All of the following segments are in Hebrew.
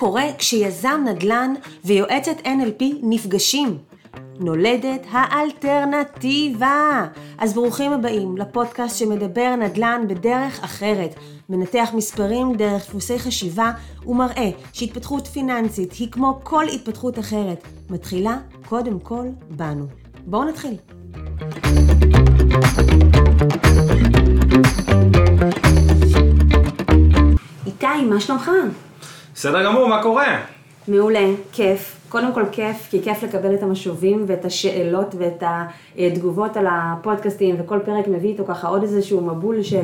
קורה כשיזם נדל"ן ויועצת NLP נפגשים? נולדת האלטרנטיבה. אז ברוכים הבאים לפודקאסט שמדבר נדל"ן בדרך אחרת, מנתח מספרים דרך דפוסי חשיבה ומראה שהתפתחות פיננסית היא כמו כל התפתחות אחרת, מתחילה קודם כל בנו. בואו נתחיל. איתי, מה שלומך? בסדר גמור, מה קורה? מעולה, כיף. קודם כל כיף, כי כיף לקבל את המשובים ואת השאלות ואת התגובות על הפודקאסטים, וכל פרק מביא איתו ככה עוד איזשהו מבול של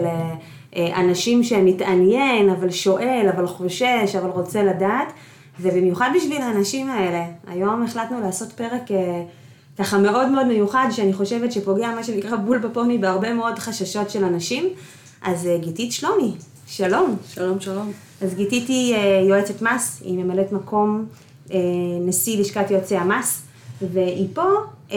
אנשים שמתעניין, אבל שואל, אבל חושש, אבל רוצה לדעת, ובמיוחד בשביל האנשים האלה. היום החלטנו לעשות פרק ככה מאוד מאוד מיוחד, שאני חושבת שפוגע מה שנקרא בול בפוני בהרבה מאוד חששות של אנשים. אז גיתית שלומי, שלום. שלום, שלום. אז גיתית היא יועצת מס, היא ממלאת מקום נשיא לשכת יועצי המס, והיא פה,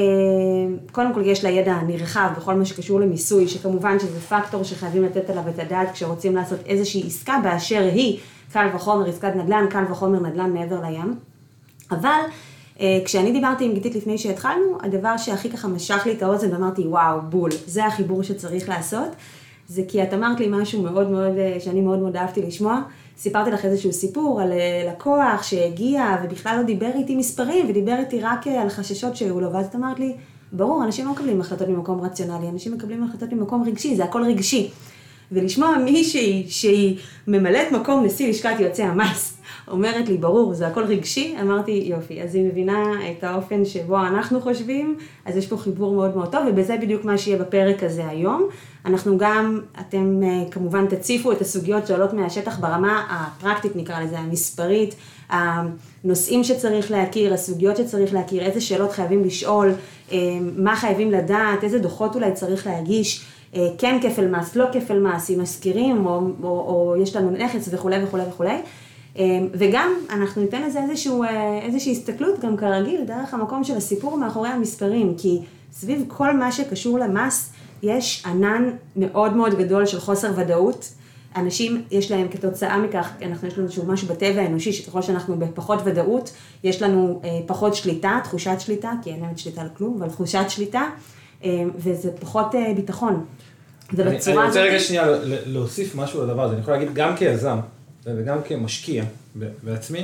קודם כל יש לה ידע נרחב בכל מה שקשור למיסוי, שכמובן שזה פקטור שחייבים לתת עליו את הדעת כשרוצים לעשות איזושהי עסקה באשר היא, קל וחומר עסקת נדל"ן, קל וחומר נדל"ן מעבר לים. אבל כשאני דיברתי עם גיתית לפני שהתחלנו, הדבר שהכי ככה משך לי את האוזן ואמרתי וואו, בול, זה החיבור שצריך לעשות, זה כי את אמרת לי משהו מאוד מאוד, שאני מאוד מאוד אהבתי לשמוע. סיפרתי לך איזשהו סיפור על לקוח שהגיע ובכלל לא דיבר איתי מספרים, ודיבר איתי רק על חששות שהיו לו, ואז את אמרת לי, ברור, אנשים לא מקבלים החלטות ממקום רציונלי, אנשים מקבלים החלטות ממקום רגשי, זה הכל רגשי. ולשמוע מישהי שהיא ממלאת מקום נשיא לשכת יועצי המס, אומרת לי, ברור, זה הכל רגשי, אמרתי, יופי, אז היא מבינה את האופן שבו אנחנו חושבים, אז יש פה חיבור מאוד מאוד טוב, ובזה בדיוק מה שיהיה בפרק הזה היום. אנחנו גם, אתם כמובן תציפו את הסוגיות שעולות מהשטח ברמה הפרקטית, נקרא לזה, המספרית, הנושאים שצריך להכיר, הסוגיות שצריך להכיר, איזה שאלות חייבים לשאול, מה חייבים לדעת, איזה דוחות אולי צריך להגיש, כן כפל מס, לא כפל מס, אם מזכירים, או יש לנו נכס וכו' וכו' וכו'. וגם אנחנו ניתן לזה איזושהי הסתכלות גם כרגיל, דרך המקום של הסיפור מאחורי המספרים, כי סביב כל מה שקשור למס, יש ענן מאוד מאוד גדול של חוסר ודאות. אנשים יש להם כתוצאה מכך, יש לנו משהו בטבע האנושי, שככל שאנחנו בפחות ודאות, יש לנו פחות שליטה, תחושת שליטה, כי אין להם שליטה על כלום, אבל תחושת שליטה, וזה פחות ביטחון. אני רוצה רגע שנייה להוסיף משהו לדבר הזה, אני יכול להגיד גם כיזם, וגם כמשקיע בעצמי,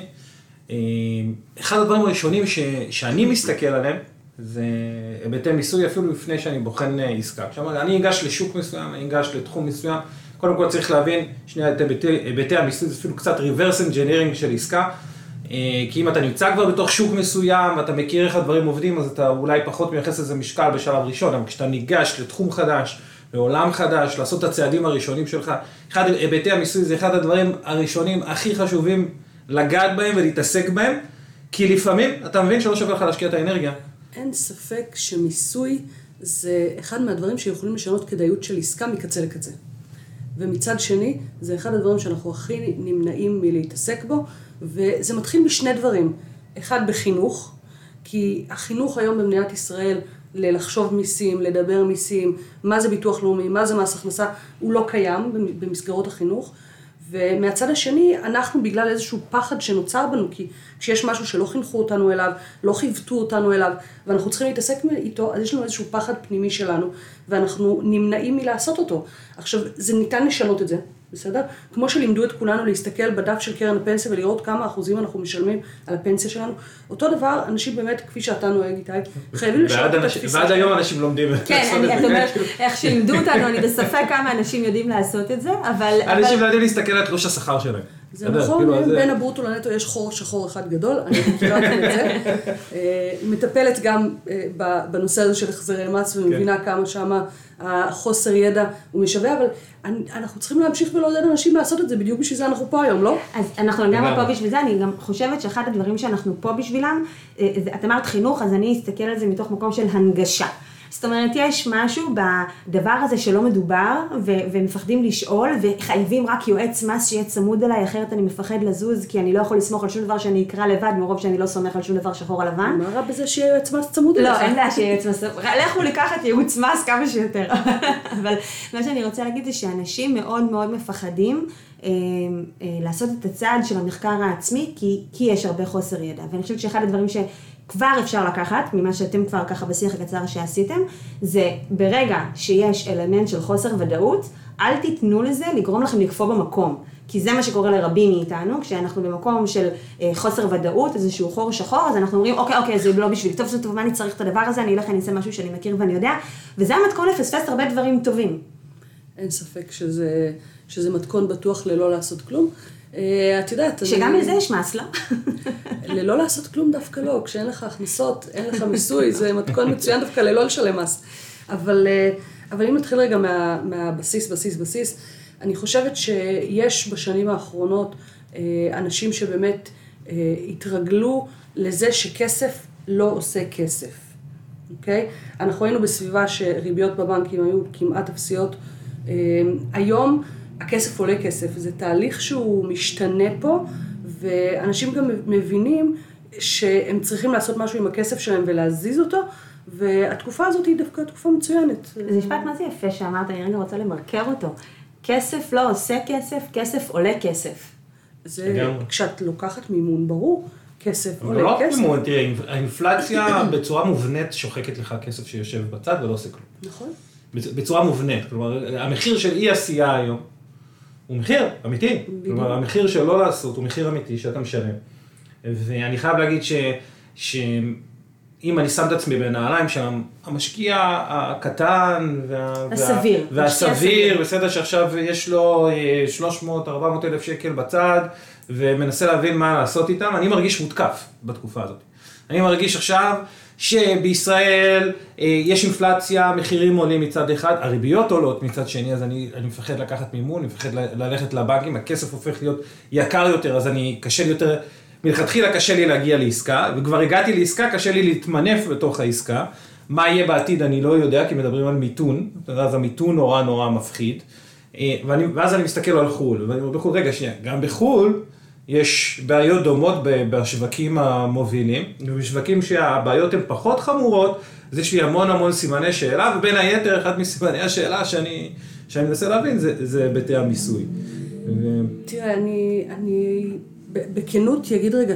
אחד הדברים הראשונים שאני מסתכל עליהם, זה היבטי מיסוי אפילו לפני שאני בוחן עסקה. כשאמרתי, אני אגש לשוק מסוים, אני אגש לתחום מסוים, קודם כל צריך להבין שנייה את היבטי המיסוי, זה אפילו קצת reverse engineering של עסקה, כי אם אתה נמצא כבר בתוך שוק מסוים, ואתה מכיר איך הדברים עובדים, אז אתה אולי פחות מייחס לזה משקל בשלב ראשון, אבל כשאתה ניגש לתחום חדש, לעולם חדש, לעשות את הצעדים הראשונים שלך, אחד היבטי המיסוי זה אחד הדברים הראשונים הכי חשובים לגעת בהם ולהתעסק בהם, כי לפעמים אתה מבין שלא שווה לך להשקיע את האנרגיה. אין ספק שמיסוי זה אחד מהדברים שיכולים לשנות כדאיות של עסקה מקצה לקצה. ומצד שני, זה אחד הדברים שאנחנו הכי נמנעים מלהתעסק בו, וזה מתחיל בשני דברים. אחד בחינוך, כי החינוך היום במדינת ישראל, לחשוב מיסים, לדבר מיסים, מה זה ביטוח לאומי, מה זה מס הכנסה, הוא לא קיים במסגרות החינוך. ומהצד השני, אנחנו בגלל איזשהו פחד שנוצר בנו, כי כשיש משהו שלא חינכו אותנו אליו, לא חיוותו אותנו אליו, ואנחנו צריכים להתעסק איתו, אז יש לנו איזשהו פחד פנימי שלנו, ואנחנו נמנעים מלעשות אותו. עכשיו, זה ניתן לשנות את זה, בסדר? כמו שלימדו את כולנו להסתכל בדף של קרן הפנסיה ולראות כמה אחוזים אנחנו משלמים על הפנסיה שלנו. אותו דבר, אנשים באמת, כפי שאתה נוהג איתי, חייבים לשנות את התפיסה. ועד היום אנשים לומדים לעשות את זה. כן, את אומרת, איך שלימדו אותנו, אני בספק כמה אנשים יודעים לעשות את זה, אבל... אנשים לא יודעים להסתכל על תלוש השכר שלהם. זה נכון, בין הברוטו לנטו יש חור שחור אחד גדול, אני מכירה גם את זה. מטפלת גם בנושא הזה של החזרי מס, ומבינה כמה שמה החוסר ידע הוא משווה, אבל אנחנו צריכים להמשיך ולעודד אנשים לעשות את זה, בדיוק בשביל זה אנחנו פה היום, לא? אז אנחנו גם פה בשביל זה, אני גם חושבת שאחד הדברים שאנחנו פה בשבילם, את אמרת חינוך, אז אני אסתכל על זה מתוך מקום של הנגשה. זאת אומרת, יש משהו בדבר הזה שלא מדובר, ומפחדים לשאול, וחייבים רק יועץ מס שיהיה צמוד אליי, אחרת אני מפחד לזוז, כי אני לא יכול לסמוך על שום דבר שאני אקרא לבד, מרוב שאני לא סומך על שום דבר שחור על לבן. מה רע בזה שיהיה יועץ מס צמוד אליך? לא, אין לה שיהיה יועץ מס, לכו לקחת ייעוץ מס כמה שיותר. אבל מה שאני רוצה להגיד זה שאנשים מאוד מאוד מפחדים לעשות את הצעד של המחקר העצמי, כי יש הרבה חוסר ידע. ואני חושבת שאחד הדברים כבר אפשר לקחת, ממה שאתם כבר ככה בשיח הקצר שעשיתם, זה ברגע שיש אלמנט של חוסר ודאות, אל תיתנו לזה לגרום לכם לקפוא במקום. כי זה מה שקורה לרבים מאיתנו, כשאנחנו במקום של חוסר ודאות, איזשהו חור שחור, אז אנחנו אומרים, אוקיי, זה לא בשביל, טוב, מה אני צריך את הדבר הזה, אני אלך, אני אעשה משהו שאני מכיר ואני יודע, וזה המתכון לפספס הרבה דברים טובים. אין ספק שזה מתכון בטוח ללא לעשות כלום. את יודעת... שגם לזה יש מס, לא? ללא לעשות כלום דווקא לא, כשאין לך הכנסות, אין לך מיסוי, זה מתכון מצוין דווקא ללא לשלם מס. אבל אם נתחיל רגע מהבסיס, אני חושבת שיש בשנים האחרונות אנשים שבאמת התרגלו לזה שכסף לא עושה כסף. אוקיי? אנחנו היינו בסביבה שריביות בבנקים היו כמעט אפסיות. היום הכסף עולה כסף, זה תהליך שהוא משתנה פה, ואנשים גם מבינים שהם צריכים לעשות משהו עם הכסף שלהם ולהזיז אותו, והתקופה הזאת היא דווקא תקופה מצוינת. זה משפט מה זה יפה שאמרת, אני רגע רוצה למרכר אותו. כסף לא עושה כסף, כסף עולה כסף. זה כשאת לוקחת מימון, ברור, כסף עולה לא כסף. מימון, תראה, האינפלציה בצורה מובנית שוחקת לך כסף שיושב בצד ולא עושה כלום. נכון. בצורה מובנית, כלומר, המחיר של אי עשייה היום, הוא מחיר אמיתי. כלומר, המחיר של לא לעשות הוא מחיר אמיתי שאתה משלם. ואני חייב להגיד שאם אני שם את עצמי בנעליים שם, המשקיע הקטן והסביר, בסדר שעכשיו יש לו 300-400 אלף שקל בצד, ומנסה להבין מה לעשות איתם, אני מרגיש מותקף בתקופה הזאת. אני מרגיש עכשיו שבישראל יש אינפלציה, מחירים עולים מצד אחד, הריביות עולות מצד שני, אז אני מפחד לקחת מימון, אני מפחד ללכת לבנקים, הכסף הופך להיות יקר יותר, אז מלכתחילה קשה לי להגיע לעסקה, וכבר הגעתי לעסקה, קשה לי להתמנף בתוך העסקה, מה יהיה בעתיד אני לא יודע, כי מדברים על מיתון, אז המיתון נורא מפחיד, ואז אני מסתכל על חול, ואני אומר בחול, רגע שנייה, גם בחול, יש בעיות דומות בשווקים המובילים, ובשווקים שהבעיות הן פחות חמורות, אז יש לי המון סימני שאלה, ובין היתר אחד מסימני השאלה שאני מנסה להבין, זה היבטי המיסוי. תראה, אני בכנות אגיד רגע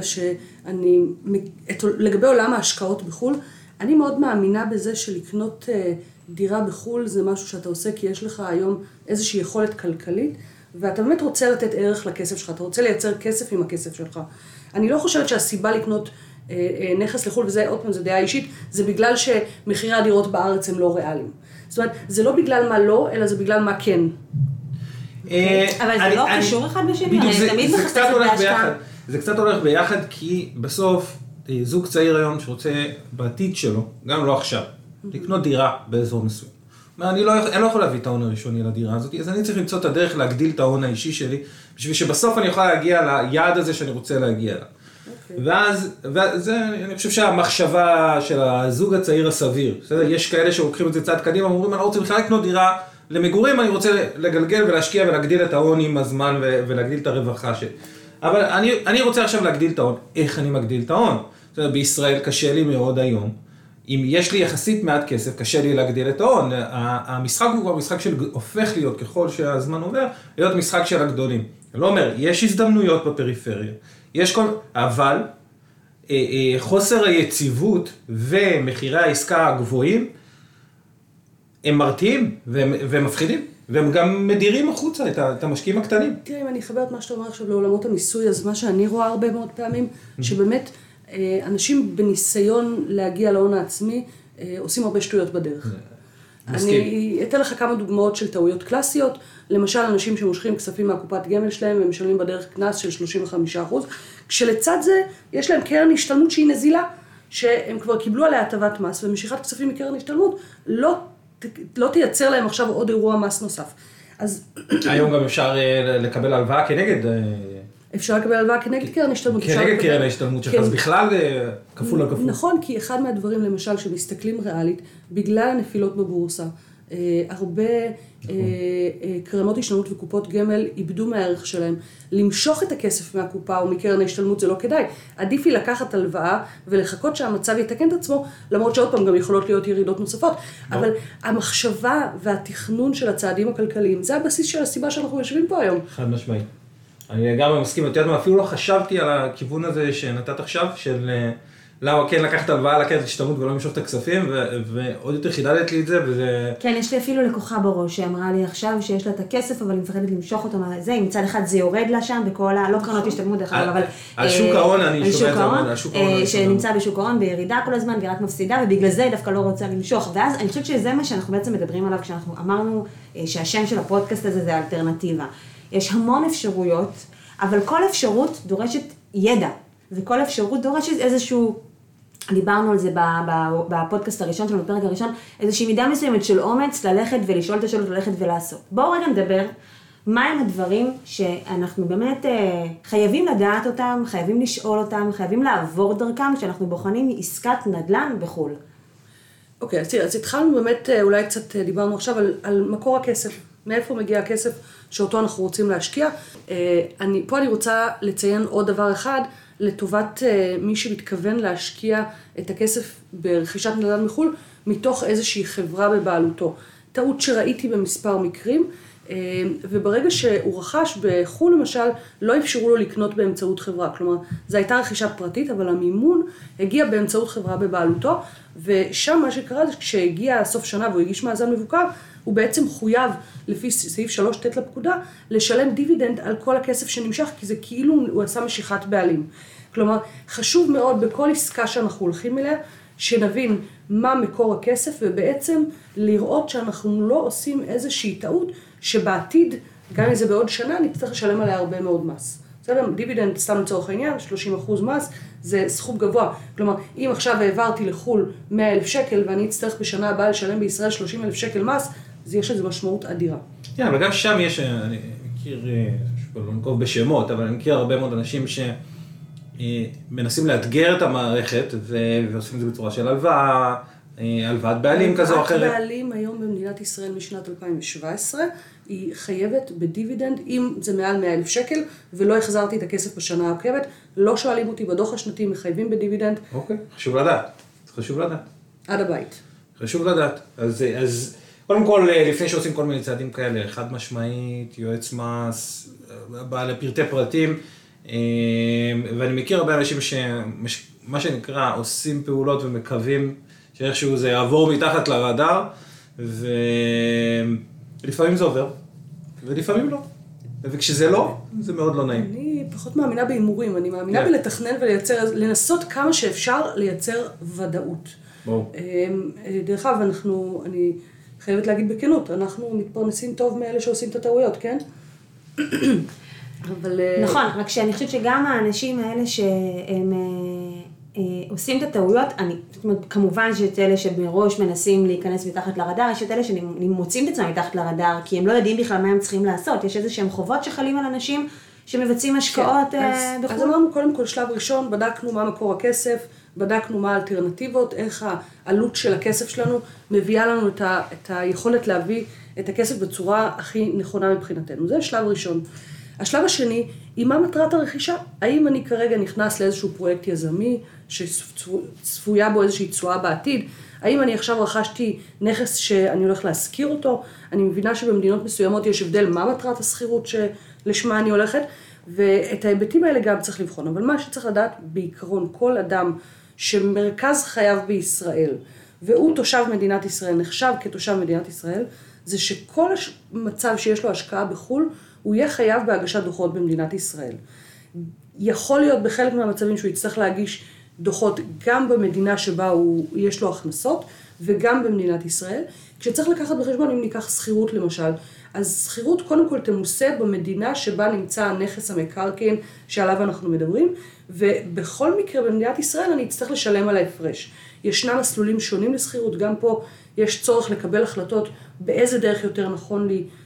לגבי עולם ההשקעות בחול, אני מאוד מאמינה בזה שלקנות דירה בחול זה משהו שאתה עושה כי יש לך היום איזושהי יכולת כלכלית, ואתה באמת רוצה לתת ערך לכסף שלך, אתה רוצה לייצר כסף עם הכסף שלך. אני לא חושבת שהסיבה לקנות נכס לחול, וזה עוד פעם, זה דעה אישית, זה בגלל שמחירי הדירות בארץ הם לא ריאליים. זאת אומרת, זה לא בגלל מה לא, אלא זה בגלל מה כן. אבל זה לא קשור אחד בשני, אני תמיד מחפשת בהשקעה. זה קצת הולך ביחד, כי בסוף זוג צעיר היום שרוצה בעתיד שלו, גם לא עכשיו, לקנות דירה באזור מסוים. אני לא יכול להביא את ההון הראשוני לדירה הזאת, אז אני צריך למצוא את הדרך להגדיל את ההון האישי שלי, בשביל שבסוף אני יכול להגיע ליעד הזה שאני רוצה להגיע אליו. וזה, אני חושב שהמחשבה של הזוג הצעיר הסביר, יש כאלה שלוקחים את זה צעד קדימה, אומרים, אני רוצה בכלל לקנות דירה למגורים, אני רוצה לגלגל ולהשקיע ולהגדיל את ההון עם הזמן ולהגדיל את הרווחה שלי. אבל אני רוצה עכשיו להגדיל את ההון. איך אני מגדיל את ההון? בישראל קשה לי מאוד היום. אם יש לי יחסית מעט כסף, קשה לי להגדיל את ההון. המשחק הוא כבר משחק שהופך להיות, ככל שהזמן עובר, להיות משחק של הגדולים. אני לא אומר, יש הזדמנויות בפריפריה, אבל חוסר היציבות ומחירי העסקה הגבוהים, הם מרתיעים והם מפחידים, והם גם מדירים החוצה את המשקיעים הקטנים. תראה, אם אני אחבר את מה שאתה אומר עכשיו לעולמות המיסוי, אז מה שאני רואה הרבה מאוד פעמים, שבאמת אנשים בניסיון להגיע להון העצמי, עושים הרבה שטויות בדרך. אני אתן לך כמה דוגמאות של טעויות קלאסיות, למשל אנשים שמושכים כספים מהקופת גמל שלהם, הם משלמים בדרך קנס של 35%, כשלצד זה יש להם קרן השתלמות שהיא נזילה, שהם כבר קיבלו עליה הטבת מס, ומשיכת כספים מקרן השתלמות לא תייצר להם עכשיו עוד אירוע מס נוסף. אז היום גם אפשר לקבל הלוואה כנגד אפשר לקבל הלוואה כנגד קרן השתלמות. כנגד קרן ההשתלמות שלך, אז בכלל כפול על כפול. נכון, כי אחד מהדברים, למשל, שמסתכלים ריאלית, בגלל הנפילות בבורסה, הרבה קרנות השתלמות וקופות גמל איבדו מהערך שלהם. למשוך את הכסף מהקופה או מקרן ההשתלמות זה לא כדאי. עדיף היא לקחת הלוואה ולחכות שהמצב יתקן את עצמו, למרות שעוד פעם גם יכולות להיות ירידות נוספות. אבל המחשבה והתכנון של הצעדים הכלכליים, זה הבסיס של הסיבה שאנחנו יושבים פה היום. חד משמעית. אני גם מסכים, אפילו לא חשבתי על הכיוון הזה שנתת עכשיו, של למה כן לקחת הלוואה לקחת השתלמות ולא למשוך את הכספים, ועוד יותר חידדת לי את זה, וזה... כן, יש לי אפילו לקוחה בראש שאמרה לי עכשיו שיש לה את הכסף, אבל היא מפחדת למשוך אותו מהזה, אם מצד אחד זה יורד לה שם, בכל לא קרנות השתלמות דרך אגב, אבל... על שוק ההון אני שומע את זה המון, על שוק ההון. שנמצא בשוק ההון בירידה כל הזמן, והיא רק מפסידה, ובגלל זה היא דווקא לא רוצה למשוך. ואז אני חושבת שזה מה שאנחנו בעצם מדברים עליו, כשאנחנו אמרנו שהשם של הפודקאסט הזה זה האלטרנטיבה. יש המון אפשרויות, אבל כל אפשרות דורשת ידע, וכל אפשרות דורשת איזשהו, דיברנו על זה בפודקאסט הראשון שלנו, בפרק הראשון, איזושהי מידה מסוימת של אומץ ללכת ולשאול את השאלות, ללכת ולעשות. בואו רגע נדבר, מהם הדברים שאנחנו באמת חייבים לדעת אותם, חייבים לשאול אותם, חייבים לעבור דרכם, כשאנחנו בוחנים עסקת נדל"ן בחו"ל. אוקיי, אז התחלנו באמת, אולי קצת דיברנו עכשיו על מקור הכסף. מאיפה מגיע הכסף שאותו אנחנו רוצים להשקיע. פה אני רוצה לציין עוד דבר אחד, לטובת מי שמתכוון להשקיע את הכסף ברכישת נדל"ן מחו"ל, מתוך איזושהי חברה בבעלותו. טעות שראיתי במספר מקרים, וברגע שהוא רכש בחו"ל למשל, לא אפשרו לו לקנות באמצעות חברה. כלומר, זו הייתה רכישה פרטית, אבל המימון הגיע באמצעות חברה בבעלותו, ושם מה שקרה זה כשהגיע סוף שנה והוא הגיש מאזן מבוקר, הוא בעצם חויב לפי סעיף 3ט לפקודה לשלם דיבידנד על כל הכסף שנמשך, כי זה כאילו הוא עשה משיכת בעלים. כלומר, חשוב מאוד בכל עסקה שאנחנו הולכים אליה, שנבין מה מקור הכסף, ובעצם לראות שאנחנו לא עושים איזושהי טעות, שבעתיד, גם אם זה בעוד שנה, נצטרך לשלם עליה הרבה מאוד מס. בסדר? דיבידנד, סתם לצורך העניין, 30% מס, זה סכום גבוה. כלומר, אם עכשיו העברתי לחול 100,000 שקל, ואני אצטרך בשנה הבאה לשלם בישראל 30,000 שקל מס, אז יש לזה משמעות אדירה. כן, אבל גם שם יש, אני מכיר, לא נקוב בשמות, אבל אני מכיר הרבה מאוד אנשים שמנסים לאתגר את המערכת, ועושים את זה בצורה של הלוואה, הלוואת בעלים כזו או אחרת. הלוואת בעלים היום במדינת ישראל משנת 2017, היא חייבת בדיבידנד, אם זה מעל 100,000 שקל, ולא החזרתי את הכסף בשנה העוקבת, לא שואלים אותי בדוח השנתי, מחייבים בדיבידנד. אוקיי, חשוב לדעת, חשוב לדעת. עד הבית. חשוב לדעת. אז קודם כל, לפני שעושים כל מיני צעדים כאלה, חד משמעית, יועץ מס, בעל לפרטי פרטים, ואני מכיר הרבה אנשים שמה שנקרא עושים פעולות ומקווים שאיכשהו זה יעבור מתחת לרדאר, ולפעמים זה עובר, ולפעמים לא. וכשזה לא, זה מאוד לא נעים. אני פחות מאמינה בהימורים, אני מאמינה בלתכנן ולייצר, לנסות כמה שאפשר לייצר ודאות. דרך אגב, אני חייבת להגיד בכנות, אנחנו מתפרנסים טוב מאלה שעושים את הטעויות, כן? נכון, רק שאני חושבת שגם האנשים האלה שהם עושים את הטעויות, כמובן שאת אלה שמראש מנסים להיכנס מתחת לרדאר, יש את אלה שמוצאים את עצמם מתחת לרדאר, כי הם לא יודעים בכלל מה הם צריכים לעשות, יש איזה שהם חובות שחלים על אנשים שמבצעים השקעות בחו"ל. אז אמרנו קודם כל שלב ראשון, בדקנו מה מקור הכסף, בדקנו מה האלטרנטיבות, איך העלות של הכסף שלנו מביאה לנו את היכולת להביא את הכסף בצורה הכי נכונה מבחינתנו. זה השלב הראשון. השלב השני, היא מה מטרת הרכישה? האם אני כרגע נכנס לאיזשהו פרויקט יזמי, שצפויה בו איזושהי תשואה בעתיד? האם אני עכשיו רכשתי נכס שאני הולך להשכיר אותו? אני מבינה שבמדינות מסוימות יש הבדל מה מטרת הסחירות שלשמה אני הולכת, ואת ההיבטים האלה גם צריך לבחון. אבל מה שצריך לדעת בעיקרון, כל אדם שמרכז חייו בישראל, והוא תושב מדינת ישראל, נחשב כתושב מדינת ישראל, זה שכל מצב שיש לו השקעה בחו"ל, הוא יהיה חייב בהגשת דוחות במדינת ישראל. יכול להיות בחלק מהמצבים שהוא יצטרך להגיש דוחות גם במדינה שבה יש לו הכנסות, וגם במדינת ישראל. כשצריך לקחת בחשבון, אם ניקח שכירות למשל, אז שכירות קודם כל תמוסה במדינה שבה נמצא הנכס המקרקעין שעליו אנחנו מדברים, ובכל מקרה במדינת ישראל אני אצטרך לשלם על ההפרש. ישנם מסלולים שונים לשכירות, גם פה יש צורך לקבל החלטות באיזה דרך יותר נכון לי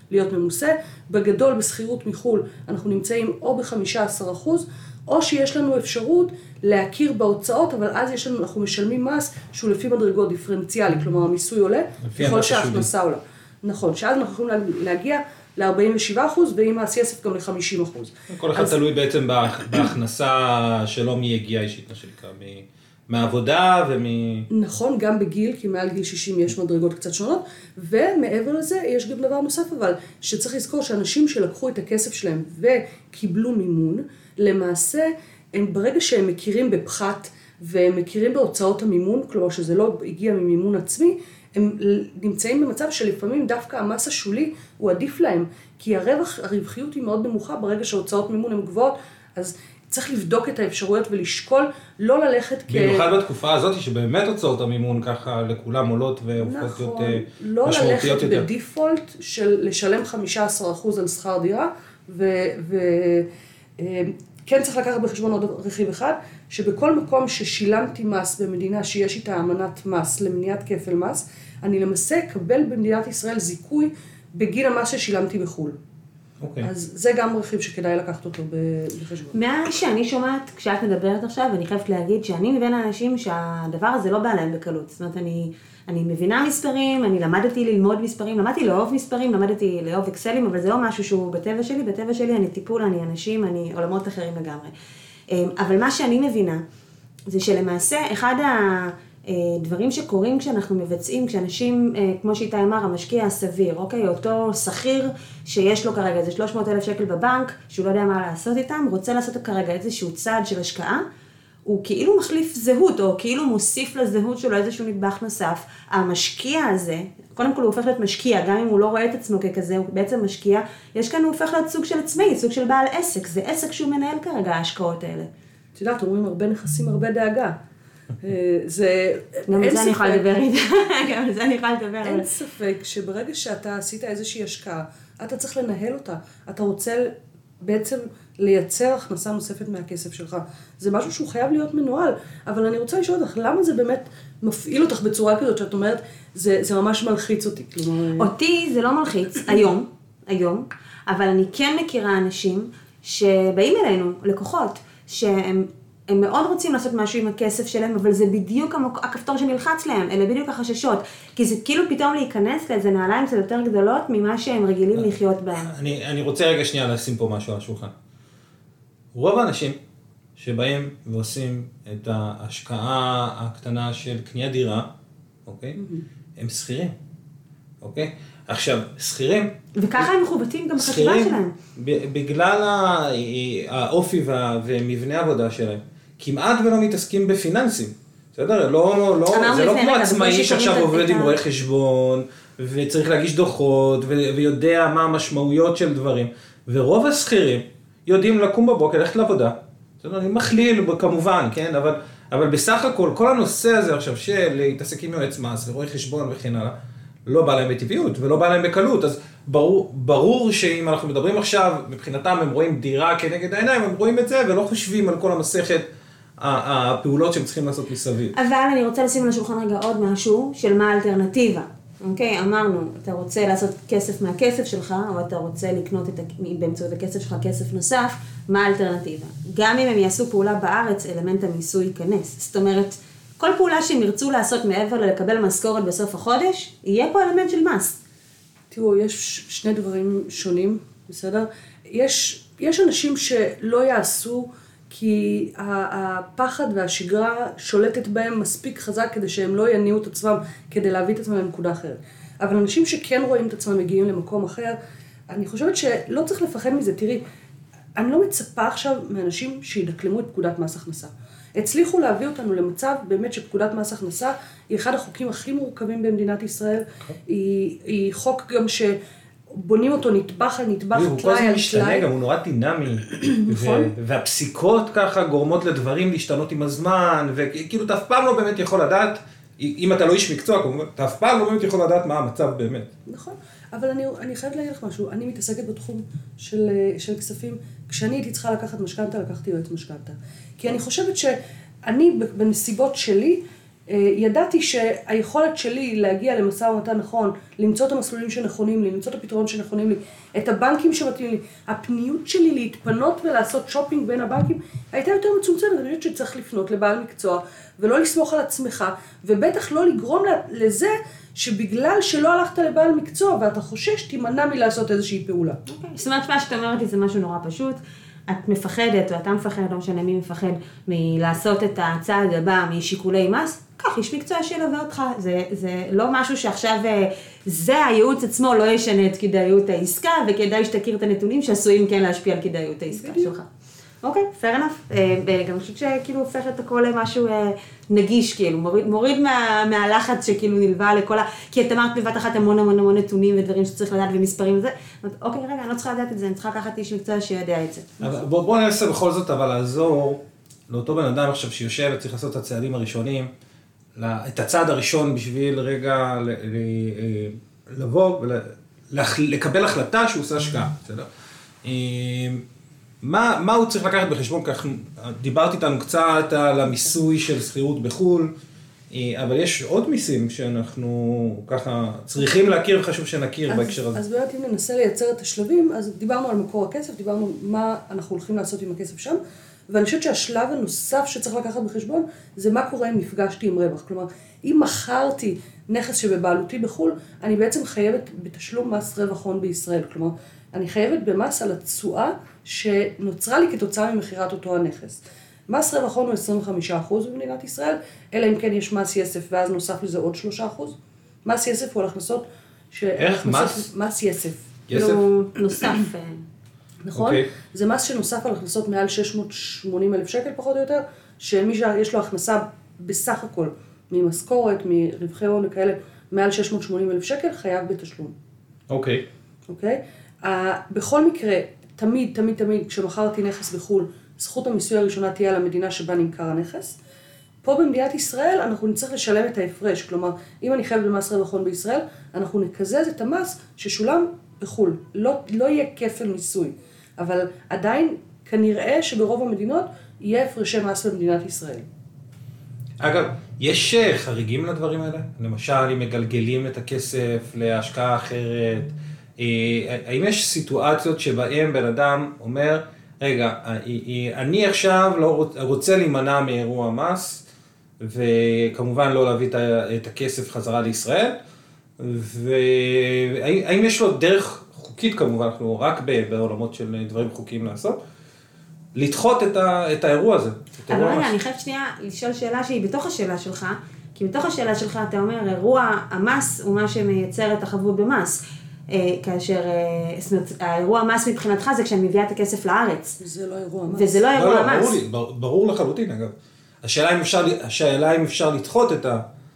להיות ממוסה. בגדול, בסחירות מחול, אנחנו נמצאים או ב-15%, או שיש לנו אפשרות להכיר בהוצאות, אבל אז אנחנו משלמים מס שהוא לפי מדרגות דיפרנציאלי, כלומר המיסוי עולה, ככל שההכנסה עולה. נכון, שאז אנחנו יכולים להגיע ל-47%, ואם הכסף גם ל-50%. כל אחד תלוי בעצם בהכנסה שלו מי הגיעה אישית, מה שנקרא, מהעבודה נכון, גם בגיל, כי מעל גיל 60 יש מדרגות קצת שונות, ומעבר לזה יש גם דבר נוסף, אבל שצריך לזכור שאנשים שלקחו את הכסף שלהם וקיבלו מימון, למעשה, ברגע שהם מכירים בפחת והם מכירים בהוצאות המימון, כלומר שזה לא הגיע ממימון עצמי, הם נמצאים במצב שלפעמים דווקא המס השולי הוא עדיף להם, כי הרווחיות היא מאוד נמוכה ברגע שהוצאות מימון הן גבוהות, אז צריך לבדוק את האפשרויות ולשקול, לא ללכת במיוחד בתקופה הזאת שבאמת הוצאות המימון ככה לכולם עולות והופכות להיות לא ללכת בדיפולט של לשלם 15% על שכר דירה, כן צריך לקחת בחשבון עוד רכיב אחד, שבכל מקום ששילמתי מס במדינה שיש איתה אמנת מס למניעת כפל מס, אני למעשה אקבל במדינת ישראל זיכוי בגין המס ששילמתי בחו"ל. אז זה גם רכיב שכדאי לקחת אותו בחשבון. מה שאני שומעת, כשאת מדברת עכשיו, אני חייבת להגיד שאני מבין האנשים שהדבר הזה לא בא להם בקלות. זאת אומרת, אני מבינה מספרים, אני למדתי ללמוד מספרים, למדתי לאהוב מספרים, למדתי לאהוב אקסלים, אבל זה לא משהו שהוא בטבע שלי. בטבע שלי אני טיפול, אני אנשים, אני עולמות אחרים לגמרי. אבל מה שאני מבינה, זה שלמעשה אחד הדברים שקורים כשאנחנו מבצעים, כשאנשים, כמו שאיתי אמר, המשקיע הסביר, אוקיי, אותו שכיר שיש לו כרגע איזה 300,000 שקל בבנק, שהוא לא יודע מה לעשות איתם, רוצה לעשות כרגע איזשהו צעד של השקעה, הוא כאילו מחליף זהות, או כאילו מוסיף לזהות שלו איזשהו נדבך נוסף. המשקיע הזה, קודם כל הוא הופך להיות משקיע, גם אם הוא לא רואה את עצמו ככזה, הוא בעצם משקיע, יש כאן הוא הופך להיות סוג של עצמאי, סוג של בעל עסק, זה עסק שהוא מנהל כרגע, ההשקעות האלה. את יודעת, אומרים הרבה נכסים, הרבה דאגה. גם על זה אני יכולה לדבר איתה, גם על זה אני יכולה לדבר. אין ספק שברגע שאתה עשית איזושהי השקעה, אתה צריך לנהל אותה, אתה רוצה בעצם לייצר הכנסה נוספת מהכסף שלך. זה משהו שהוא חייב להיות מנוהל, אבל אני רוצה לשאול אותך, למה זה באמת מפעיל אותך בצורה כזאת, שאת אומרת, זה ממש מלחיץ אותי. אותי זה לא מלחיץ, היום, אבל אני כן מכירה אנשים שבאים אלינו, לקוחות, שהם מאוד רוצים לעשות משהו עם הכסף שלהם, אבל זה בדיוק הכפתור שנלחץ להם, אלה בדיוק החששות, כי זה כאילו פתאום להיכנס לאיזה נעליים קצת יותר גדולות ממה שהם רגילים לחיות בהם. אני רוצה רגע שנייה לשים פה משהו על השולחן. רוב האנשים שבאים ועושים את ההשקעה הקטנה של קניית דירה, אוקיי? הם שכירים, אוקיי? עכשיו, שכירים... וככה הם מחובטים גם בחשיבה שלהם. בגלל האופי ומבנה העבודה שלהם, כמעט ולא מתעסקים בפיננסים. בסדר? זה לא כמו עצמאי שעכשיו עובד עם רואה חשבון, וצריך להגיש דוחות, ויודע מה המשמעויות של דברים. ורוב השכירים יודעים לקום בבוקר, ללכת לעבודה. אני מכליל כמובן, כן? אבל בסך הכל, כל הנושא הזה עכשיו של להתעסק עם יועץ מס ורואה חשבון וכן הלאה, לא בא להם בטבעיות ולא בא להם בקלות. אז ברור שאם אנחנו מדברים עכשיו, מבחינתם הם רואים דירה כנגד העיניים, הם רואים את זה ולא חושבים על כל המסכת הפעולות שהם צריכים לעשות מסביב. אבל אני רוצה לשים על השולחן רגע עוד משהו של מה האלטרנטיבה. אוקיי, אמרנו, אתה רוצה לעשות כסף מהכסף שלך, או אתה רוצה לקנות באמצעות הכסף שלך כסף נוסף, מה האלטרנטיבה? גם אם הם יעשו פעולה בארץ, אלמנט המיסוי ייכנס. זאת אומרת, כל פעולה שהם ירצו לעשות מעבר לקבל משכורת בסוף החודש, יהיה פה אלמנט של מס. תראו, יש שני דברים שונים, בסדר? יש אנשים שלא יעשו, כי הפחד והשגרה שולטת בהם מספיק חזק כדי שהם לא יניעו את עצמם, כדי להביא את עצמם לנקודה אחרת. אבל אנשים שכן רואים את עצמם מגיעים למקום אחר, אני חושבת שלא צריך לפחד מזה. תראי, אני לא מצפה עכשיו מאנשים שידקלמו את פקודת מס הכנסה. הצליחו להביא אותנו למצב באמת שפקודת מס הכנסה היא אחד החוקים הכי מורכבים במדינת ישראל. היא חוק גם בונים אותו נטבח על נטבח, הוא כל הזמן משתנה, גם הוא נורא דינמי, והפסיקות ככה גורמות לדברים להשתנות עם הזמן, וכאילו אתה אף פעם לא באמת יכול לדעת, אם אתה לא איש מקצוע, אתה אף פעם לא באמת יכול לדעת מה המצב באמת. נכון, אבל אני חייבת להגיד לך משהו, אני מתעסקת בתחום של כספים, כשאני הייתי צריכה לקחת משכנתה, לקחתי יועץ משכנתה. כי אני חושבת שאני, בנסיבות שלי, ידעתי שהיכולת שלי להגיע למשא ומתן נכון, למצוא את המסלולים שנכונים לי, למצוא את הפתרון שנכונים לי, את הבנקים שמתאים לי, הפניות שלי להתפנות ולעשות שופינג בין הבנקים, הייתה יותר מצומצמת. אני חושבת שצריך לפנות לבעל מקצוע, ולא לסמוך על עצמך, ובטח לא לגרום לזה שבגלל שלא הלכת לבעל מקצוע, ואתה חושש, תימנע מלעשות איזושהי פעולה. זאת אומרת, מה שאתה אומרת לי זה משהו נורא פשוט. את מפחדת, או אתה מפחד, לא משנה מי מפחד, מלעשות את הצעד הבא משיקולי מס, כך, יש מקצוע שילווה אותך. זה לא משהו שעכשיו, זה הייעוץ עצמו לא ישנה את כדאיות העסקה, וכדאי שתכיר את הנתונים שעשויים כן להשפיע על כדאיות העסקה שלך. אוקיי, fair enough. גם חושבת שכאילו הופך את הכל למשהו נגיש, כאילו, מוריד מהלחץ שכאילו נלווה לכל כי את אמרת בבת אחת המון נתונים ודברים שצריך לדעת ומספרים וזה. אוקיי, רגע, אני לא צריכה לדעת את זה, אני צריכה לקחת איש מקצוע שיודע את זה. בואו ננסה בכל זאת, אבל לעזור לאותו בן אדם עכשיו שיושב וצריך לעשות את הצעדים הראשונים, את הצעד הראשון בשביל רגע לבוא ולקבל החלטה שהוא עושה השקעה, בסדר? מה הוא צריך לקחת בחשבון? כך דיברת איתנו קצת על המיסוי של שכירות בחו"ל, אבל יש עוד מיסים שאנחנו ככה צריכים להכיר וחשוב שנכיר בהקשר הזה. אז באמת אם ננסה לייצר את השלבים, אז דיברנו על מקור הכסף, דיברנו מה אנחנו הולכים לעשות עם הכסף שם, ואני חושבת שהשלב הנוסף שצריך לקחת בחשבון זה מה קורה אם נפגשתי עם רווח. כלומר, אם מכרתי נכס שבבעלותי בחו"ל, אני בעצם חייבת בתשלום מס רווח הון בישראל. כלומר, אני חייבת במס על התשואה שנוצרה לי כתוצאה ממכירת אותו הנכס. מס רווח הון הוא 25% במדינת ישראל, אלא אם כן יש מס יסף, ואז נוסף לזה עוד 3%. מס יסף הוא על הכנסות איך? מס יסף. יסף? נוסף. נכון? זה מס שנוסף על הכנסות מעל 680,000 שקל פחות או יותר, שמי שיש לו הכנסה בסך הכל ממשכורת, מרווחי הון וכאלה, מעל 680,000 שקל, חייב בתשלום. אוקיי. בכל מקרה, תמיד, כשמכרתי נכס בחו"ל, זכות המיסוי הראשונה תהיה על המדינה שבה נמכר הנכס. פה במדינת ישראל אנחנו נצטרך לשלם את ההפרש, כלומר, אם אני חייב במס רווח הון בישראל, אנחנו נקזז את המס ששולם בחו"ל. לא יהיה כפל מיסוי, אבל עדיין כנראה שברוב המדינות יהיה הפרשי מס במדינת ישראל. אגב, יש חריגים לדברים האלה? למשל, אם מגלגלים את הכסף להשקעה אחרת, האם יש סיטואציות שבהם בן אדם אומר, רגע, אני עכשיו לא רוצה להימנע מאירוע מס, וכמובן לא להביא את הכסף חזרה לישראל, והאם יש לו דרך חוקית כמובן, אנחנו רק בעולמות של דברים חוקיים לעשות, לדחות את האירוע הזה. אבל רגע, אני חייבת שנייה לשאול שאלה שהיא בתוך השאלה שלך, כי בתוך השאלה שלך אתה אומר, אירוע המס הוא מה שמייצר את החבות במס. כאשר, זאת אומרת, האירוע המס מבחינתך זה כשאני מביאה את הכסף לארץ. זה לא אירוע מס. וזה לא אירוע המס. ברור לחלוטין, אגב. השאלה אם אפשר לדחות את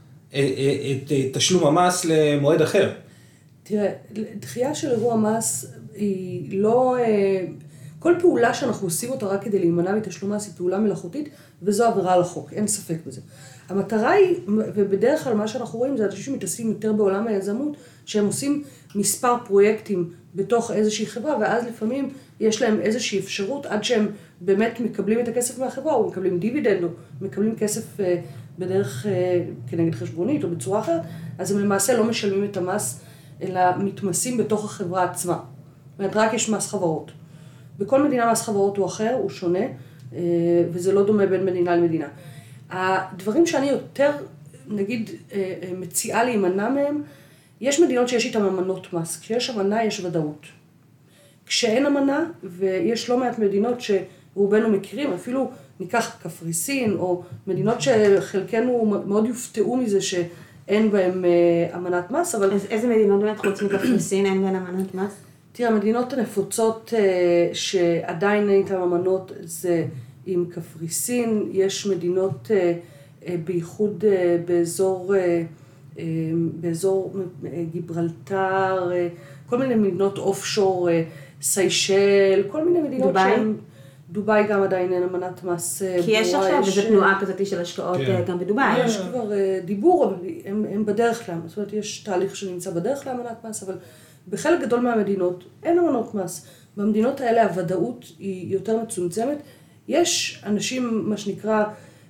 תשלום המס למועד אחר. תראה, דחייה של אירוע מס היא לא... כל פעולה שאנחנו עושים אותה רק כדי להימנע מתשלום מס היא פעולה מלאכותית, וזו עבירה על החוק, אין ספק בזה. המטרה היא, ובדרך כלל מה שאנחנו רואים זה אנשים שמתעסקים יותר בעולם היזמות, שהם עושים מספר פרויקטים בתוך איזושהי חברה, ואז לפעמים יש להם איזושהי אפשרות, עד שהם באמת מקבלים את הכסף מהחברה, או מקבלים דיבידנד, או מקבלים כסף בדרך כנגד חשבונית, או בצורה אחרת, אז הם למעשה לא משלמים את המס, אלא מתמסים בתוך החברה עצמה. זאת אומרת, רק יש מס חברות. בכל מדינה מס חברות הוא אחר, הוא שונה, וזה לא דומה בין מדינה למדינה. הדברים שאני יותר, נגיד, מציעה להימנע מהם, יש מדינות שיש איתן אמנות מס. כשיש אמנה, יש ודאות. כשאין אמנה, ויש לא מעט מדינות שרובנו מכירים, אפילו ניקח קפריסין, או מדינות שחלקנו מאוד יופתעו מזה שאין בהן אמנת מס, אבל... אז איזה מדינות באמת חוץ מקפריסין אין בהן אמנת מס? תראה, המדינות הנפוצות שעדיין אין איתן אמנות זה עם קפריסין, יש מדינות בייחוד באזור גיברלטר, כל מיני מדינות אופשור, סיישל, כל מיני מדינות שהן... דובאי גם עדיין אין אמנת מס ברורה. כי יש עכשיו איזו תנועה כזאת של השקעות גם בדובאי. יש כבר דיבור, אבל הם בדרך כלל. זאת אומרת, יש תהליך שנמצא בדרך לאמנת מס, אבל בחלק גדול מהמדינות אין אמנות מס. במדינות האלה הוודאות היא יותר מצומצמת. יש אנשים, מה שנקרא,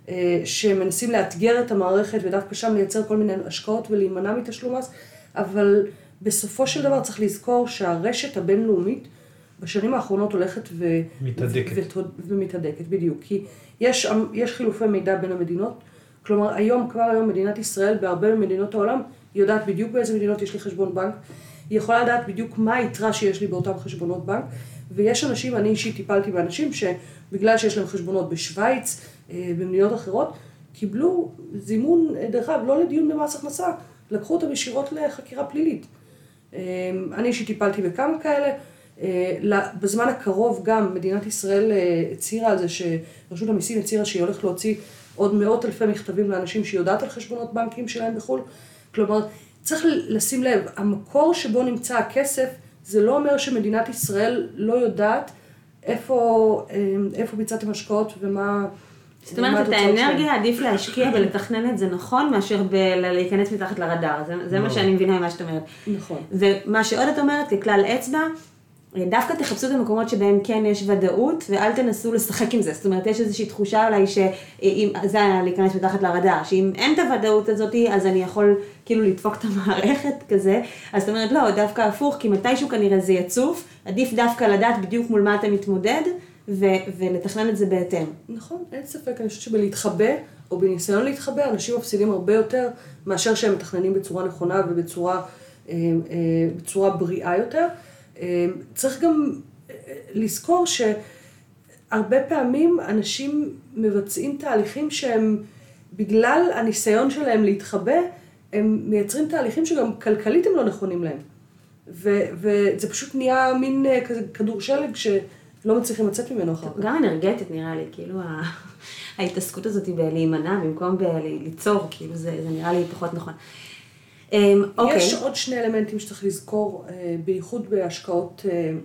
שמנסים לאתגר את המערכת ודווקא שם לייצר כל מיני השקעות ולהימנע מתשלום מס, אבל בסופו של דבר צריך לזכור שהרשת הבינלאומית בשנים האחרונות הולכת ומתהדקת, בדיוק, כי יש חילופי מידע בין המדינות, כלומר כבר היום מדינת ישראל בהרבה ממדינות העולם, היא יודעת בדיוק באיזה מדינות יש לי חשבון בנק, היא יכולה לדעת בדיוק מה היתרה שיש לי באותם חשבונות בנק, ויש אנשים, אני אישית טיפלתי באנשים שבגלל שיש להם חשבונות בשוויץ, במדינות אחרות, קיבלו זימון, דרך אגב, לא לדיון במס הכנסה, לקחו אותם ישירות לחקירה פלילית. אני אישית טיפלתי בכמה כאלה, בזמן הקרוב גם מדינת ישראל הצהירה על זה שרשות המיסים הצהירה שהיא הולכת להוציא עוד מאות אלפי מכתבים לאנשים שיודעת על חשבונות בנקים שלהם בחו"ל. כלומר, צריך לשים לב, המקור שבו נמצא הכסף, זה לא אומר שמדינת ישראל לא יודעת איפה ביצעתם השקעות ומה... זאת אומרת, את האנרגיה עדיף להשקיע ולתכנן את זה נכון, מאשר להיכנס מתחת לרדאר. זה מה שאני מבינה ממה שאת אומרת. נכון. ומה שעוד את אומרת, ככלל אצבע, דווקא תחפשו את המקומות שבהם כן יש ודאות, ואל תנסו לשחק עם זה. זאת אומרת, יש איזושהי תחושה עליי שאם זה להיכנס מתחת לרדאר, שאם אין את הוודאות הזאת, אז אני יכול כאילו לדפוק את המערכת כזה. אז זאת אומרת, לא, דווקא הפוך, כי מתישהו כנראה זה יצוף, עדיף דווקא לדעת בדיוק מול מה אתה מתמודד, ולתכנן את זה בהתאם. נכון, אין ספק, אני חושבת שבלהתחבא, או בניסיון להתחבא, אנשים מפסידים הרבה יותר, מאשר שהם מתכננים בצורה נכונה ובצורה בריאה יותר. צריך גם לזכור שהרבה פעמים אנשים מבצעים תהליכים שהם, בגלל הניסיון שלהם להתחבא, הם מייצרים תהליכים שגם כלכלית הם לא נכונים להם. וזה פשוט נהיה מין כזה כדור שלג שלא מצליחים לצאת ממנו אחר כך. גם אנרגטית נראה לי, כאילו ההתעסקות הזאת היא בלהימנע במקום ליצור, כאילו זה נראה לי פחות נכון. יש עוד שני אלמנטים שצריך לזכור, בייחוד בהשקעות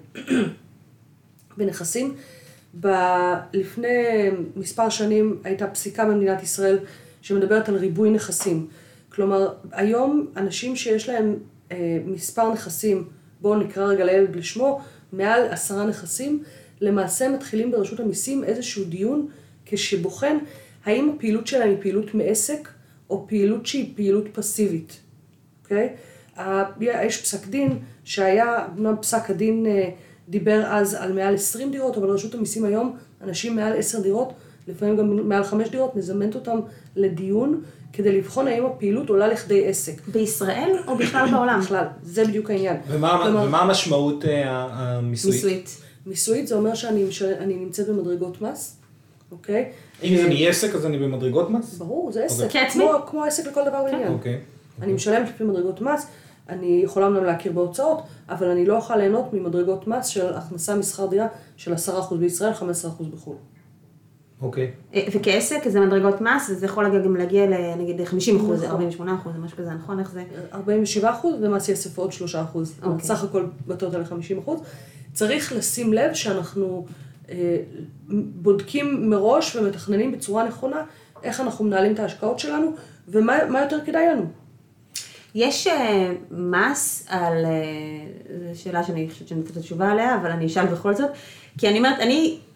בנכסים. לפני מספר שנים הייתה פסיקה במדינת ישראל שמדברת על ריבוי נכסים. כלומר, היום אנשים שיש להם מספר נכסים, בואו נקרא רגע לילד לשמו, מעל 10 נכסים, למעשה מתחילים ברשות המיסים איזשהו דיון כשבוחן האם הפעילות שלהם היא פעילות מעסק או פעילות שהיא פעילות פסיבית. אוקיי? יש פסק דין שהיה, פסק הדין דיבר אז על מעל 20 דירות, אבל רשות המיסים היום, אנשים מעל 10 דירות, לפעמים גם מעל 5 דירות, מזמנת אותם לדיון, כדי לבחון האם הפעילות עולה לכדי עסק. בישראל או בכלל בעולם? בכלל, זה בדיוק העניין. ומה המשמעות המיסויית? מיסויית. מיסויית זה אומר שאני נמצאת במדרגות מס, אוקיי? אם זה מעסק, אז אני במדרגות מס? ברור, זה עסק. כעצמי? כמו עסק לכל דבר בעניין. אוקיי. אני משלמת לפי מדרגות מס, אני יכולה אמנם להכיר בהוצאות, אבל אני לא אוכל ליהנות ממדרגות מס של הכנסה משכר דירה של 10% בישראל, 15% בחו"ל. אוקיי. וכעסק זה מדרגות מס, וזה יכול גם להגיע נגיד 50%, 48%, משהו כזה, נכון? איך זה? 47% ומס יסף עוד 3%. סך הכל בטוטל ל-50%. צריך לשים לב שאנחנו בודקים מראש ומתכננים בצורה נכונה איך אנחנו מנהלים את ההשקעות שלנו, ומה יותר כדאי לנו. יש מס על, זו שאלה שאני חושבת שאני נתת התשובה עליה, אבל אני אשאל בכל זאת, כי אני אומרת,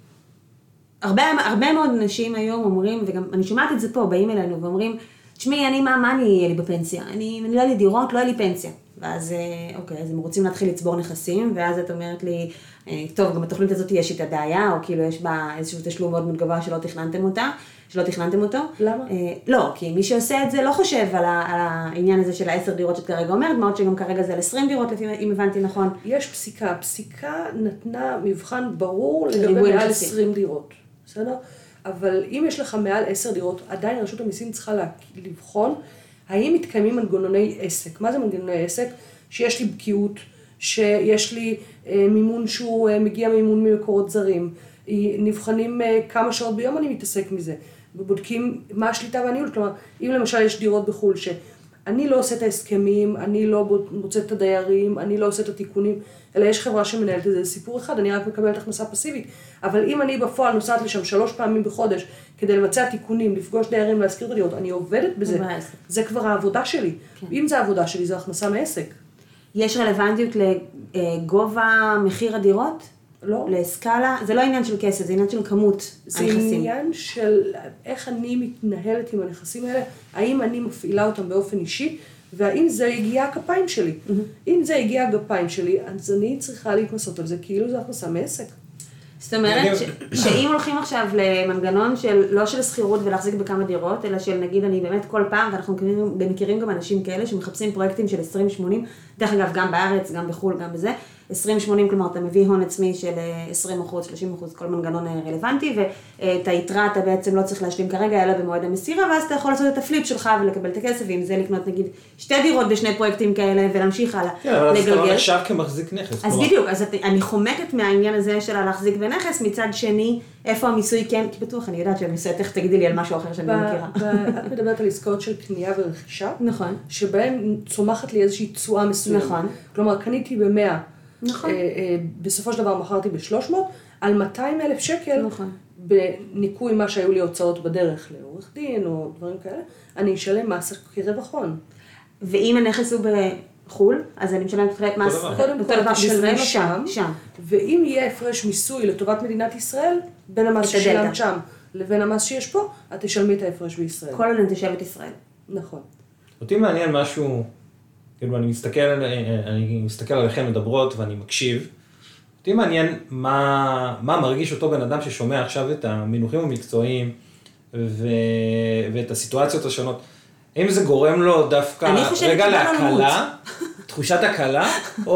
הרבה מאוד אנשים היום אומרים, וגם אני שומעת את זה פה, באים אלינו ואומרים, תשמעי, מה אני יהיה לי בפנסיה? אני לא יהיה לי דירות, לא יהיה לי פנסיה. ואז, אוקיי, אז הם רוצים להתחיל לצבור נכסים, ואז את אומרת לי, טוב, גם בתוכנית הזאת יש איתה בעיה, או כאילו יש בה איזשהו תשלום מאוד גבוה שלא תכננתם אותו. למה? לא, כי מי שעושה את זה לא חושב על העניין הזה של 10 דירות שאת כרגע אומרת, מה עוד שגם כרגע זה על 20 דירות, אם הבנתי נכון. יש פסיקה. הפסיקה נתנה מבחן ברור לגבי מעל 20 דירות. בסדר? אבל אם יש לך מעל 10 דירות, עדיין רשות המיסים צריכה לבחון האם מתקיימים מנגנוני עסק. מה זה מנגנוני עסק? שיש לי בקיאות, שיש לי מימון שהוא מגיע מימון ממקורות זרים, נבחנים כמה שעות ביום אני מתעסק מזה, ובודקים מה השליטה והניהול. כלומר, אם למשל יש דירות בחו"ל שאני לא עושה את ההסכמים, אני לא מוצא את הדיירים, אני לא עושה את התיקונים, אלא יש חברה שמנהלת את זה, זה סיפור אחד, אני רק מקבלת הכנסה פסיבית. אבל אם אני בפועל נוסעת לשם 3 פעמים בחודש, כדי לבצע תיקונים, לפגוש דיירים, להזכיר את הדירות, אני עובדת בזה, זה כבר העבודה שלי. כן. אם זה העבודה שלי, זה הכנסה מעסק. יש רלוונטיות לגובה מחיר הדירות? לא. לסקאלה, זה לא עניין של כסף, זה עניין של כמות הנכסים. זה עניין של איך אני מתנהלת עם הנכסים האלה, האם אני מפעילה אותם באופן אישי, והאם זה הגיע הכפיים שלי. אם זה הגיע הכפיים שלי, אז אני צריכה להתנסות על זה, כאילו זה הכנסה מעסק. זאת אומרת שאם הולכים עכשיו למנגנון של, לא של שכירות ולהחזיק בכמה דירות, אלא של נגיד אני באמת כל פעם, ואנחנו מכירים גם אנשים כאלה שמחפשים פרויקטים של 20-80, דרך אגב גם בארץ, גם בחול, גם בזה, 20-80, כלומר אתה מביא הון עצמי של 20%, 30%, כל מנגנון רלוונטי, ואת היתרה אתה בעצם לא צריך להשלים כרגע, אלא במועד המסירה, ואז אתה יכול לעשות את הפליפ שלך ולקבל את הכסף, ואם זה לקנות נגיד 2 דירות בשני פרויקטים כאלה, ולהמשיך הלאה. כן, אבל אז אתה לא נחשב כמחזיק נכס. אז בדיוק, אז אני חומקת מהעניין הזה של להחזיק בנכס, מצד שני, איפה המיסוי כן, כי בטוח, אני יודעת שהמיסוי, איך תגידי לי על משהו אחר שאני מכירה. את מדברת על עסקאות של קנייה ורכישה, נכון. שבהן צומחת לי איזושהי תשואה מסוימת. נכון. כלומר, קניתי ב-100, נכון. בסופו של דבר מכרתי ב-300, על 200,000 שקל, נכון. בניקוי מה שהיו לי הוצאות בדרך לעורך דין או דברים כאלה, אני אשלם מס כרווח הון. ואם הנכס הוא בחול, אז אני משלמת מס, קודם כל תשלמי שם, ואם יהיה הפרש מיסוי לטובת מדינת ישראל, בין המס ששילמת שם לבין המס שיש פה, את תשלמי את ההפרש בישראל. כל עוד תושבת ישראל. נכון. אותי מעניין משהו, כאילו אני מסתכל עליכם מדברות ואני מקשיב, אותי מעניין מה מרגיש אותו בן אדם ששומע עכשיו את המינוחים המקצועיים ואת הסיטואציות השונות. האם זה גורם לו דווקא רגע להקלה, תחושת הקלה